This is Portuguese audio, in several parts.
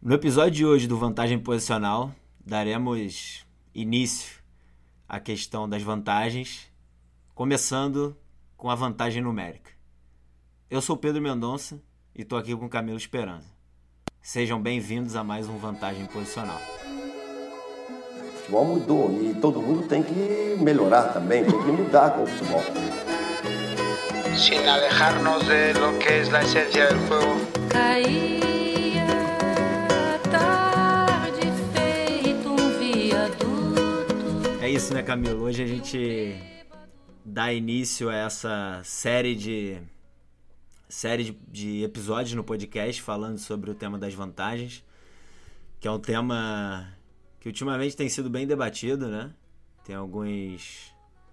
No episódio de hoje do Vantagem Posicional, daremos início à questão das vantagens, começando com a vantagem numérica. Eu sou Pedro Mendonça e estou aqui com Camilo Esperança. Sejam bem-vindos a mais um Vantagem Posicional. O futebol mudou e todo mundo tem que melhorar também, tem que mudar com o futebol. Sin alejarnos de lo que es la esencia del juego. Caía a tarde feito viaduto. É isso, né, Camilo? Hoje a gente dá início a essa série de episódios no podcast falando sobre o tema das vantagens, que é um tema que ultimamente tem sido bem debatido, né? Tem alguns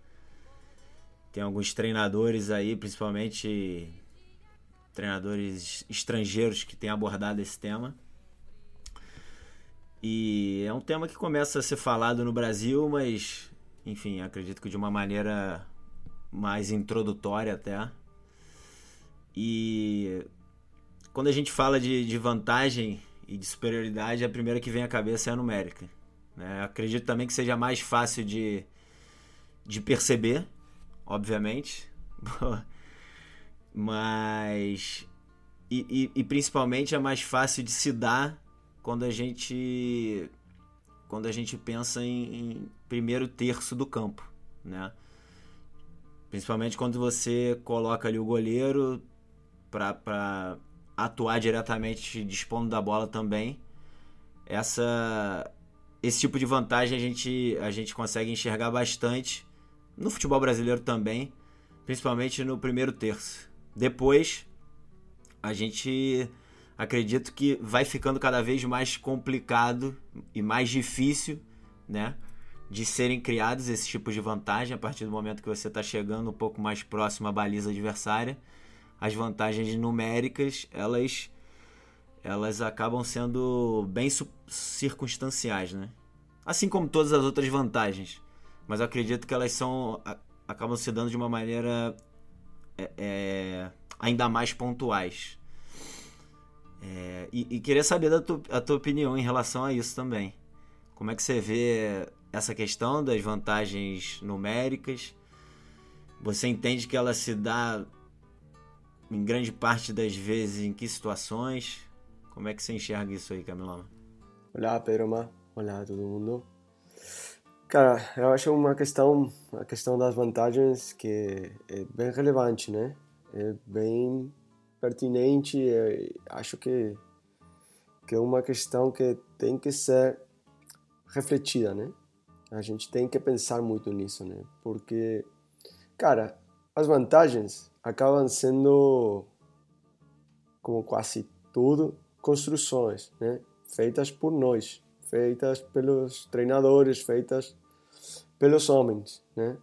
treinadores aí, principalmente treinadores estrangeiros que têm abordado esse tema. E é um tema que começa a ser falado no Brasil, mas, enfim, acredito que de uma maneira mais introdutória até. E quando a gente fala de vantagem e de superioridade, a primeira que vem à cabeça é a numérica, né? Acredito também que seja mais fácil de perceber, obviamente, mas e principalmente é mais fácil de se dar quando a gente pensa em primeiro terço do campo, né? Principalmente quando você coloca ali o goleiro para atuar diretamente dispondo da bola também. Esse tipo de vantagem a gente consegue enxergar bastante no futebol brasileiro também, principalmente no primeiro terço. Depois, a gente acredita que vai ficando cada vez mais complicado e mais difícil, né, de serem criados esses tipos de vantagem a partir do momento que você está chegando um pouco mais próximo à baliza adversária. As vantagens numéricas, elas acabam sendo bem circunstanciais, né? Assim como todas as outras vantagens. Mas eu acredito que elas acabam se dando de uma maneira ainda mais pontuais. E queria saber a tua opinião em relação a isso também. Como é que você vê essa questão das vantagens numéricas? Você entende que ela se dá em grande parte das vezes em que situações? Como é que você enxerga isso aí, Camilão? Olá, Pedro. Olá, todo mundo. Cara, eu acho a questão das vantagens que é bem relevante, né? É bem pertinente, acho que é uma questão que tem que ser refletida, né? A gente tem que pensar muito nisso, né? Porque, cara, as vantagens acabam sendo, como quase tudo, construções, né? Feitas por nós, feitas pelos treinadores, feitas pelos homens, né?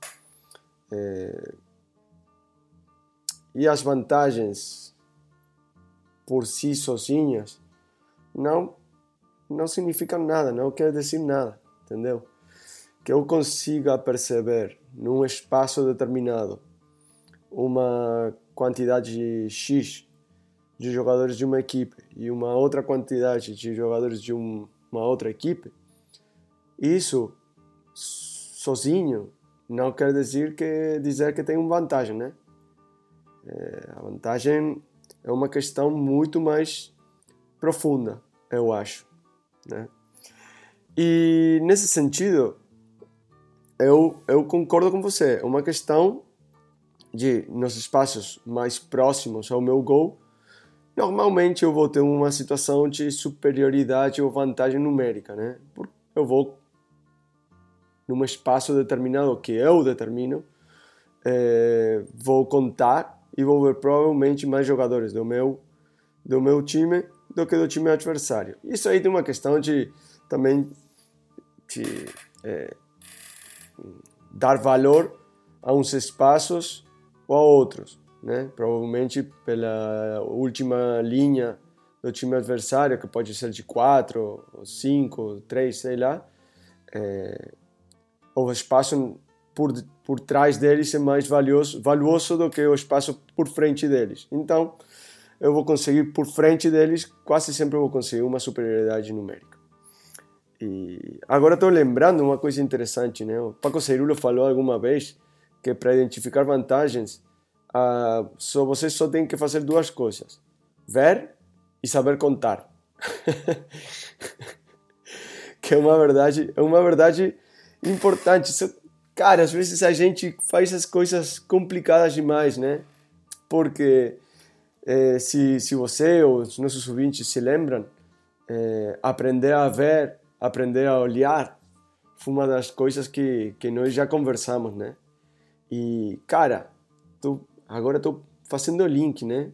E as vantagens por si sozinhas não significam nada, não quer dizer nada, entendeu? Que eu consiga perceber num espaço determinado uma quantidade X de jogadores de uma equipe e uma outra quantidade de jogadores de uma outra equipe, isso sozinho não quer dizer que tem uma vantagem, né? A vantagem é uma questão muito mais profunda, eu acho, né? E nesse sentido, eu concordo com você. É uma questão de, nos espaços mais próximos ao meu gol, normalmente eu vou ter uma situação de superioridade ou vantagem numérica, né? Porque eu vou num espaço determinado que eu determino, vou contar e vou ver provavelmente mais jogadores do meu time do que do time adversário. Isso aí tem uma questão de também dar valor a uns espaços ou a outros, né? Provavelmente pela última linha do time adversário, que pode ser de 4, 5, 3, sei lá, o espaço por trás deles é mais valioso do que o espaço por frente deles. Então, eu vou conseguir, por frente deles, quase sempre eu vou conseguir uma superioridade numérica. E agora estou lembrando uma coisa interessante, né? O Paco Cerulo falou alguma vez que para identificar vantagens, você só tem que fazer duas coisas: ver e saber contar. Que é uma verdade importante. Cara, às vezes a gente faz as coisas complicadas demais, né? Porque se você ou os nossos ouvintes se lembram, aprender a ver, aprender a olhar, foi uma das coisas que nós já conversamos, né? E, cara, agora estou fazendo o link, né?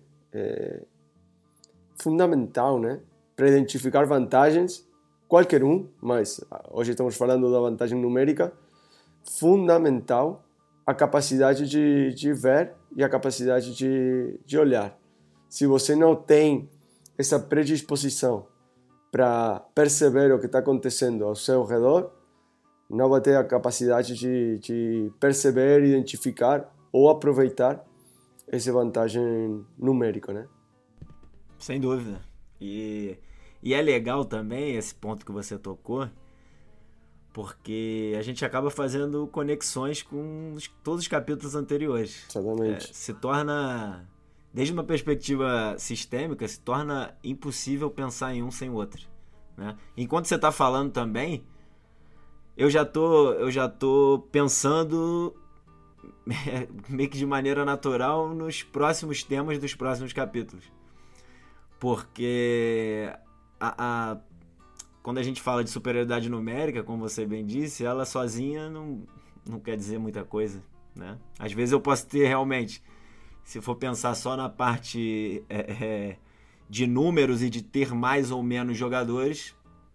Fundamental, né? Para identificar vantagens, qualquer um, mas hoje estamos falando da vantagem numérica, fundamental a capacidade de ver e a capacidade de olhar. Se você não tem essa predisposição para perceber o que está acontecendo ao seu redor, não vai ter a capacidade de perceber, identificar ou aproveitar essa vantagem numérica, né? Sem dúvida. E é legal também esse ponto que você tocou, porque a gente acaba fazendo conexões com todos os capítulos anteriores. Exatamente. Se torna, desde uma perspectiva sistêmica, se torna impossível pensar em um sem o outro, né? Enquanto você está falando também, eu já tô pensando meio que de maneira natural nos próximos temas dos próximos capítulos. Porque quando a gente fala de superioridade numérica, como você bem disse, ela sozinha não quer dizer muita coisa, né? Às vezes eu posso ter realmente, se for pensar só na parte de números e de ter mais ou menos jogadores,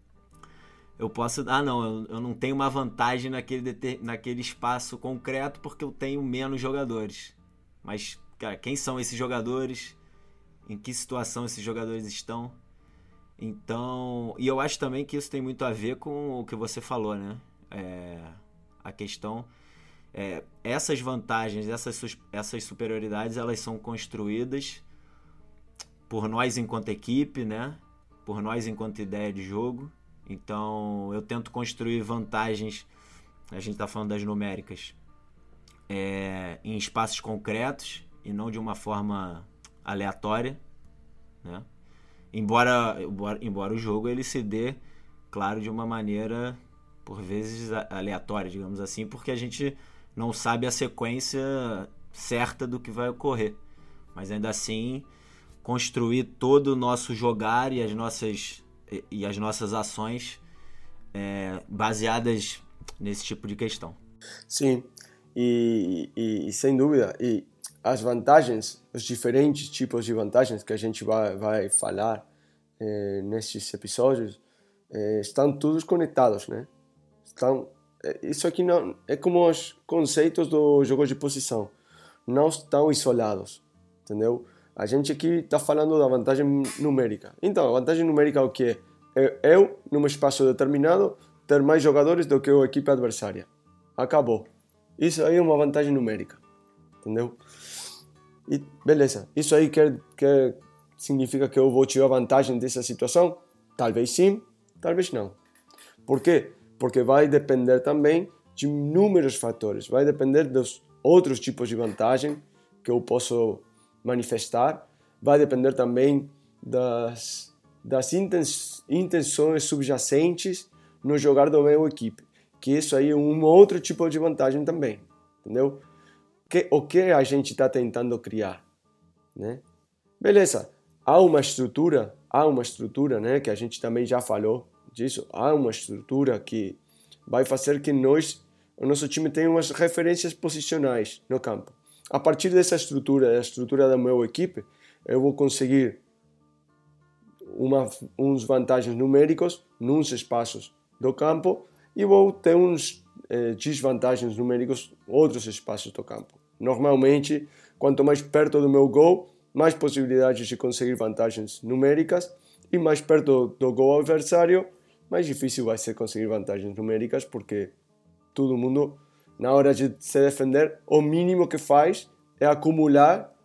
eu posso... eu não tenho uma vantagem naquele espaço concreto porque eu tenho menos jogadores. Mas, cara, quem são esses jogadores? Em que situação esses jogadores estão? Então... E eu acho também que isso tem muito a ver com o que você falou, né? A questão... essas vantagens, essas superioridades, elas são construídas por nós enquanto equipe, né? Por nós enquanto ideia de jogo. Então, eu tento construir vantagens, a gente está falando das numéricas, em espaços concretos e não de uma forma aleatória, né? Embora o jogo ele se dê, claro, de uma maneira, por vezes, aleatória, digamos assim, porque a gente não sabe a sequência certa do que vai ocorrer. Mas, ainda assim, construir todo o nosso jogar e as nossas ações baseadas nesse tipo de questão. Sim, e sem dúvida, e as vantagens, os diferentes tipos de vantagens que a gente vai falar nesses episódios, estão todos conectados, né? Isso aqui não é como os conceitos do jogo de posição, não estão isolados, entendeu? A gente aqui está falando da vantagem numérica. Então, a vantagem numérica é o que é? Eu, num espaço determinado, ter mais jogadores do que a equipe adversária. Acabou. Isso aí é uma vantagem numérica. Entendeu? E beleza. Isso aí significa que eu vou tirar vantagem dessa situação? Talvez sim, talvez não. Por quê? Porque vai depender também de inúmeros fatores. Vai depender dos outros tipos de vantagem que eu posso manifestar. Vai depender também das intenções subjacentes no jogar do meu equipe, que isso aí é um outro tipo de vantagem também, entendeu? O que a gente está tentando criar, né? Beleza, há uma estrutura, né, que a gente também já falou disso, há uma estrutura que vai fazer que o nosso time tenha umas referências posicionais no campo. A partir dessa estrutura, a estrutura da minha equipe, eu vou conseguir uns vantagens numéricos nos espaços do campo e vou ter uns desvantagens numéricos em outros espaços do campo. Normalmente, quanto mais perto do meu gol, mais possibilidades de conseguir vantagens numéricas, e mais perto do gol adversário, mais difícil vai ser conseguir vantagens numéricas, porque todo mundo, na hora de se defender, o mínimo que faz é acumular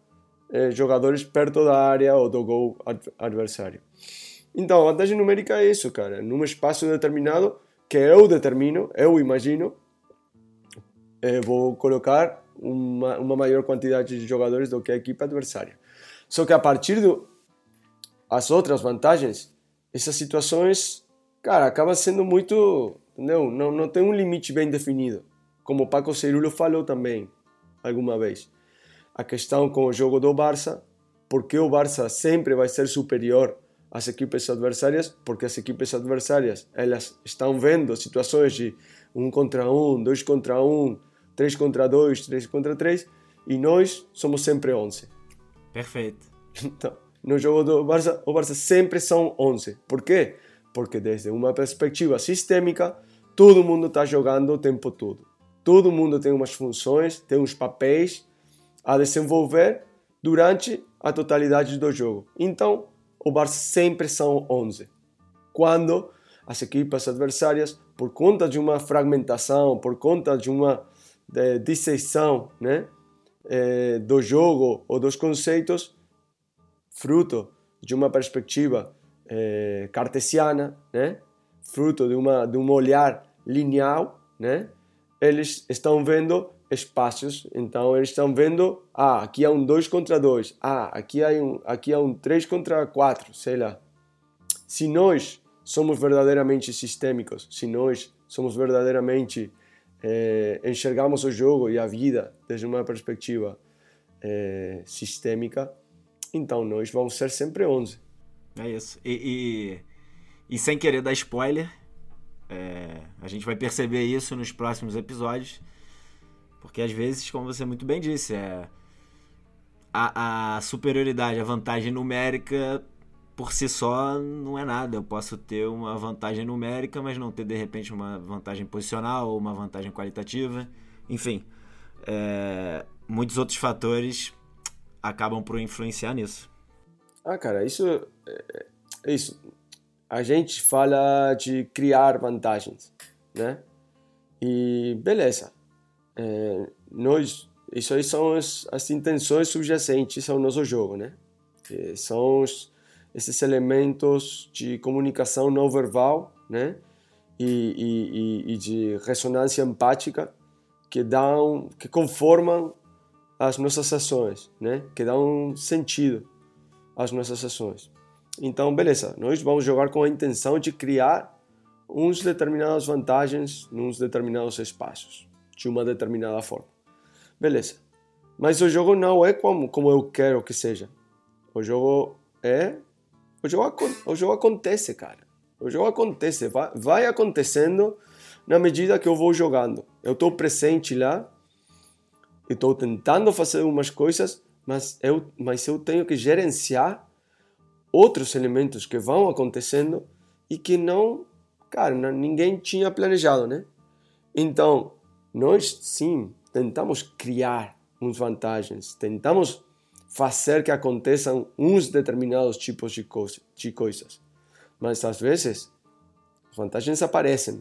jogadores perto da área ou do gol adversário. Então, a vantagem numérica é isso, cara. Num espaço determinado, que eu determino, eu imagino, vou colocar uma maior quantidade de jogadores do que a equipe adversária. Só que a partir das outras vantagens, essas situações, cara, acaba sendo muito, entendeu? Não tem um limite bem definido. Como o Paco Cerulo falou também, alguma vez. A questão com o jogo do Barça, porque o Barça sempre vai ser superior às equipes adversárias, porque as equipes adversárias, elas estão vendo situações de 1 contra 1, 2 contra 1, 3 contra 2, 3 contra 3, e nós somos sempre 11. Perfeito. Então, no jogo do Barça, o Barça sempre são 11. Por quê? Porque desde uma perspectiva sistêmica, todo mundo está jogando o tempo todo. Todo mundo tem umas funções, tem uns papéis a desenvolver durante a totalidade do jogo. Então, o Barça sempre são 11. Quando as equipes adversárias, por conta de uma fragmentação, por conta de uma dissecção, né, do jogo ou dos conceitos, fruto de uma perspectiva cartesiana, né, fruto de um olhar linear, né, eles estão vendo espaços, então eles estão vendo, aqui há um 2 contra 2, aqui há um 3 contra 4, sei lá. Se nós somos verdadeiramente sistêmicos, se nós somos verdadeiramente enxergamos o jogo e a vida desde uma perspectiva sistêmica, então nós vamos ser sempre 11. É isso. E sem querer dar spoiler, a gente vai perceber isso nos próximos episódios, porque às vezes, como você muito bem disse, a superioridade, a vantagem numérica por si só não é nada. Eu posso ter uma vantagem numérica, mas não ter de repente uma vantagem posicional ou uma vantagem qualitativa. Enfim, muitos outros fatores acabam por influenciar nisso. Cara, isso. A gente fala de criar vantagens, né? E beleza. Isso aí são as intenções subjacentes ao nosso jogo, né? São esses elementos de comunicação não verbal, né? E de ressonância empática que conformam as nossas ações, né? Que dão sentido às nossas ações. Então, beleza, nós vamos jogar com a intenção de criar uns determinadas vantagens nos determinados espaços, de uma determinada forma. Beleza. Mas o jogo não é como eu quero que seja. O jogo acontece, cara. O jogo acontece, vai acontecendo na medida que eu vou jogando. Eu estou presente lá, estou tentando fazer umas coisas, mas eu tenho que gerenciar outros elementos que vão acontecendo e que ninguém tinha planejado, né? Então, nós sim tentamos criar uns vantagens, tentamos fazer que aconteçam uns determinados tipos de coisas, mas às vezes as vantagens aparecem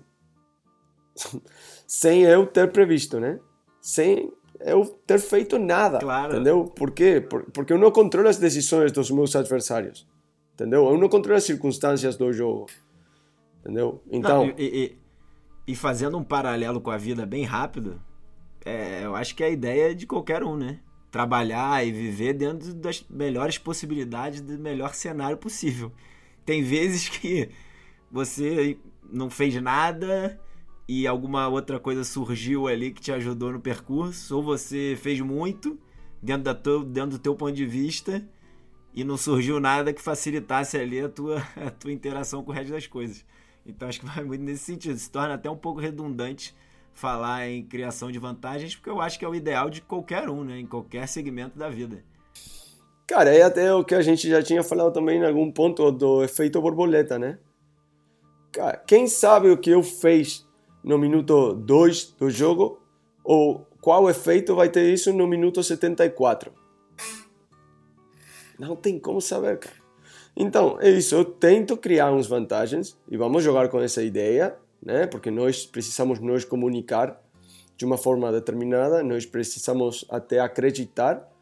sem eu ter previsto, né? Sem eu ter feito nada, claro. Entendeu? Por quê? Porque eu não controlo as decisões dos meus adversários, entendeu? Eu não controlo as circunstâncias do jogo, entendeu? Então... E fazendo um paralelo com a vida bem rápido, eu acho que é a ideia de qualquer um, né? Trabalhar e viver dentro das melhores possibilidades, do melhor cenário possível. Tem vezes que você não fez nada e alguma outra coisa surgiu ali que te ajudou no percurso, ou você fez muito dentro do teu ponto de vista e não surgiu nada que facilitasse ali a tua interação com o resto das coisas. Então acho que vai muito nesse sentido. Se torna até um pouco redundante falar em criação de vantagens, porque eu acho que é o ideal de qualquer um, né? Em qualquer segmento da vida. Cara, é até o que a gente já tinha falado também em algum ponto do efeito borboleta, né? Cara, quem sabe o que eu fiz no minuto 2 do jogo, ou qual efeito vai ter isso no minuto 74? Não tem como saber, cara. Então, é isso. Eu tento criar uns vantagens e vamos jogar com essa ideia, né? Porque nós precisamos nos comunicar de uma forma determinada, nós precisamos até acreditar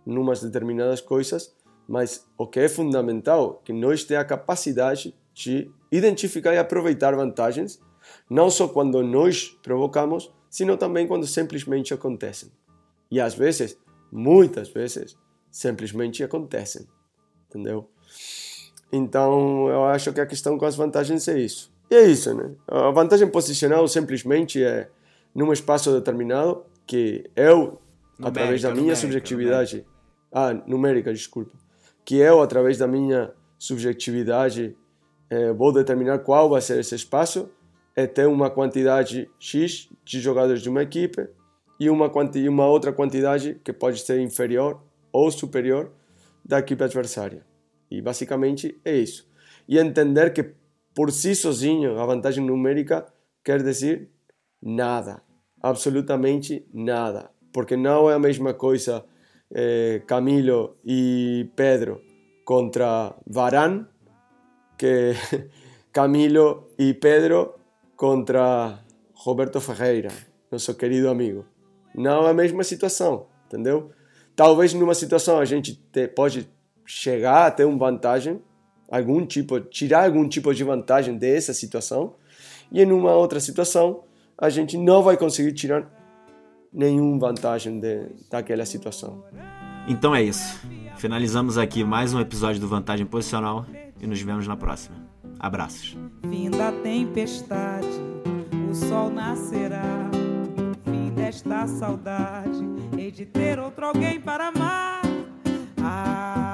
numas determinadas coisas, mas o que é fundamental é que nós tenhamos a capacidade de identificar e aproveitar vantagens, não só quando nós provocamos, sino também quando simplesmente acontecem. E às vezes, muitas vezes, simplesmente acontecem, entendeu? Então, eu acho que a questão com as vantagens é isso. E é isso, né? A vantagem posicional simplesmente é num espaço determinado que eu, através da minha subjetividade... numérica, desculpa. Que eu, através da minha subjetividade, vou determinar qual vai ser esse espaço, é ter uma quantidade X de jogadores de uma equipe e uma outra quantidade que pode ser inferior ou superior da equipe adversária. E basicamente é isso. E entender que por si sozinho a vantagem numérica quer dizer nada. Absolutamente nada. Porque não é a mesma coisa Camilo e Pedro contra Varane que Camilo e Pedro contra Roberto Ferreira, nosso querido amigo. Não é a mesma situação, entendeu? Talvez numa situação a gente pode chegar a ter uma vantagem, tirar algum tipo de vantagem dessa situação, e em uma outra situação a gente não vai conseguir tirar nenhuma vantagem daquela situação. Então é isso. Finalizamos aqui mais um episódio do Vantagem Posicional e nos vemos na próxima. Abraços. Fim da tempestade, o sol nascerá. Fim desta saudade, hei de ter outro alguém para amar.